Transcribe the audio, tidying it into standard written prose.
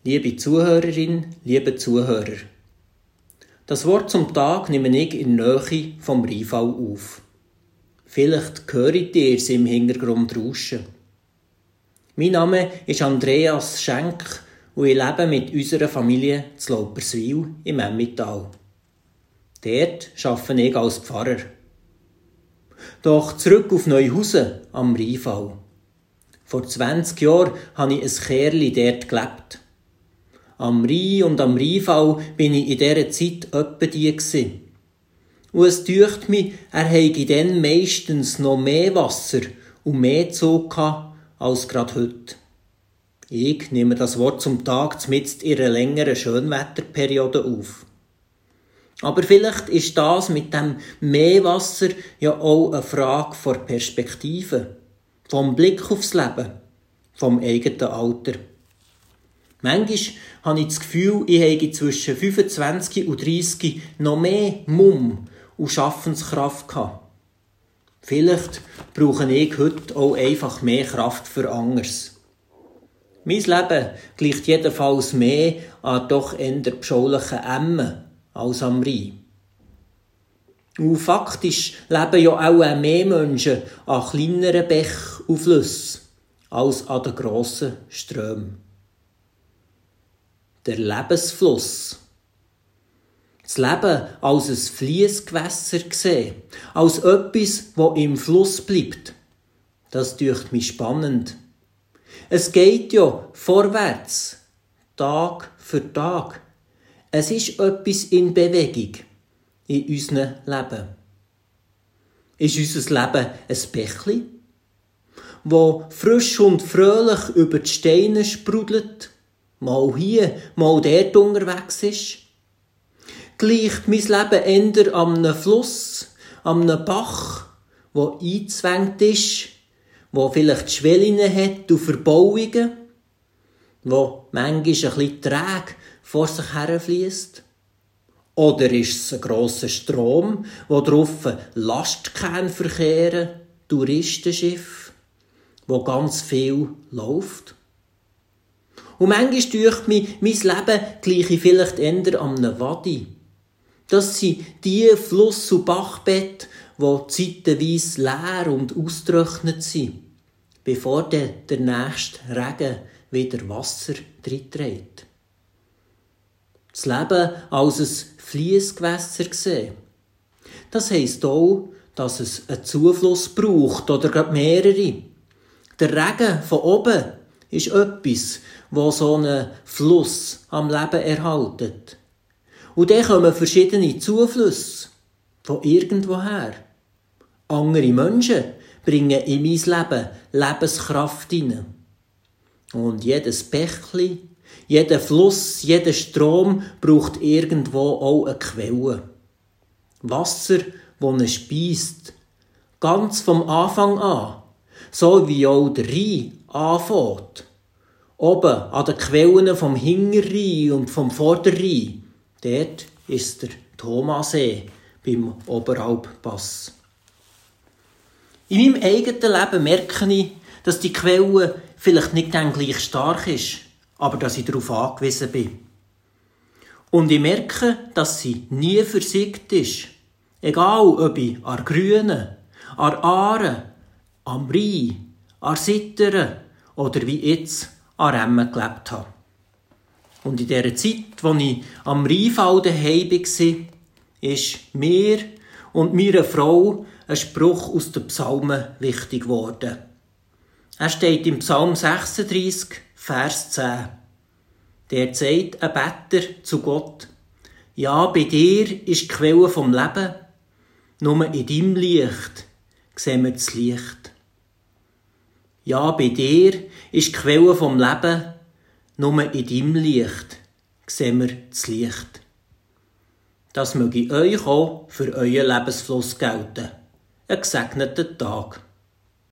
Liebe Zuhörerin, liebe Zuhörer. Das Wort zum Tag nehme ich in der Nähe vom Rheinfall auf. Vielleicht hört ihr es im Hintergrund rauschen. Mein Name ist Andreas Schenk und ich lebe mit unserer Familie zu Lauperswil im Emmental. Dort arbeite ich als Pfarrer. Doch zurück auf Neuhausen am Rheinfall. Vor 20 Jahren habe ich ein Kerli dort gelebt. Am Rhein und am Rheinfall bin ich in dieser Zeit öppe die gewesen. Und es dünkt mich, er hätte dann meistens noch mehr Wasser und mehr Zug gehabt als gerade heute. Ich nehme das Wort zum Tag mitten in einer längeren Schönwetterperiode auf. Aber vielleicht ist das mit dem Meerwasser ja auch eine Frage der Perspektive, vom Blick aufs Leben, vom eigenen Alter. Manchmal habe ich das Gefühl, ich habe zwischen 25 und 30 noch mehr Mumm und Schaffenskraft gehabt. Vielleicht brauche ich heute auch einfach mehr Kraft für anderes. Mein Leben gleicht jedenfalls mehr an doch eher beschaulichen Emmen als am Rhein. Und faktisch leben ja auch mehr Menschen an kleineren Bächen und Flüssen als an den grossen Strömen. Der Lebensfluss. Das Leben als ein Fliessgewässer sehen, als etwas, das im Fluss bleibt. Das dünkt mich spannend. Es geht ja vorwärts, Tag für Tag. Es ist etwas in Bewegung in unserem Leben. Ist unser Leben ein Bächli, das frisch und fröhlich über die Steine sprudelt, mal hier, mal dort unterwegs ist? Gleicht mein Leben eher an einem Fluss, an einem Bach, der eingezwängt ist, der vielleicht Schwellen hat und Verbauungen, der manchmal ein bisschen träge vor sich herfliesst? Oder ist es ein grosser Strom, wo drauf Lastkähne verkehren, Touristenschiffe, wo ganz viel läuft? Und manchmal dünkt mich, mein Leben gleiche vielleicht eher an einem Wadi. Das sind die Fluss- und Bachbette, die zeitweise leer und ausgetrocknet sind, bevor der nächste Regen wieder Wasser reinträgt. Das Leben als ein Fliessgewässer sehen. Das heisst auch, dass es einen Zufluss braucht oder gerade mehrere. Der Regen von oben ist etwas, das so einen Fluss am Leben erhaltet. Und dann kommen verschiedene Zuflüsse von irgendwoher. Andere Menschen bringen in mein Leben Lebenskraft hinein. Und jedes Bächli, jeder Fluss, jeder Strom braucht irgendwo auch eine Quelle. Wasser, das ihn speist. Ganz vom Anfang an. So wie auch der Rhein anfängt. Oben an den Quellen vom Hinterrhein und vom Vorderrhein. Dort ist der Thomassee beim Oberalppass. In meinem eigenen Leben merke ich, dass die Quelle vielleicht nicht dann gleich stark ist, aber dass ich darauf angewiesen bin. Und ich merke, dass sie nie versiegt ist. Egal, ob ich an Grünen, an Aaren, am Rhein, an Sittern oder wie jetzt an Remmen gelebt habe. Und in dieser Zeit, als ich am Rheinfall daheim war, ist mir und meiner Frau ein Spruch aus den Psalmen wichtig geworden. Er steht im Psalm 36, Vers 10. Der sagt ein Better zu Gott: Ja, bei dir ist die Quelle vom Leben, nur in deinem Licht sehen wir das Licht. Ja, bei dir ist die Quelle vom Leben, nur in deinem Licht sehen wir das Licht. Das möge euch auch für euren Lebensfluss gelten. Einen gesegneten Tag.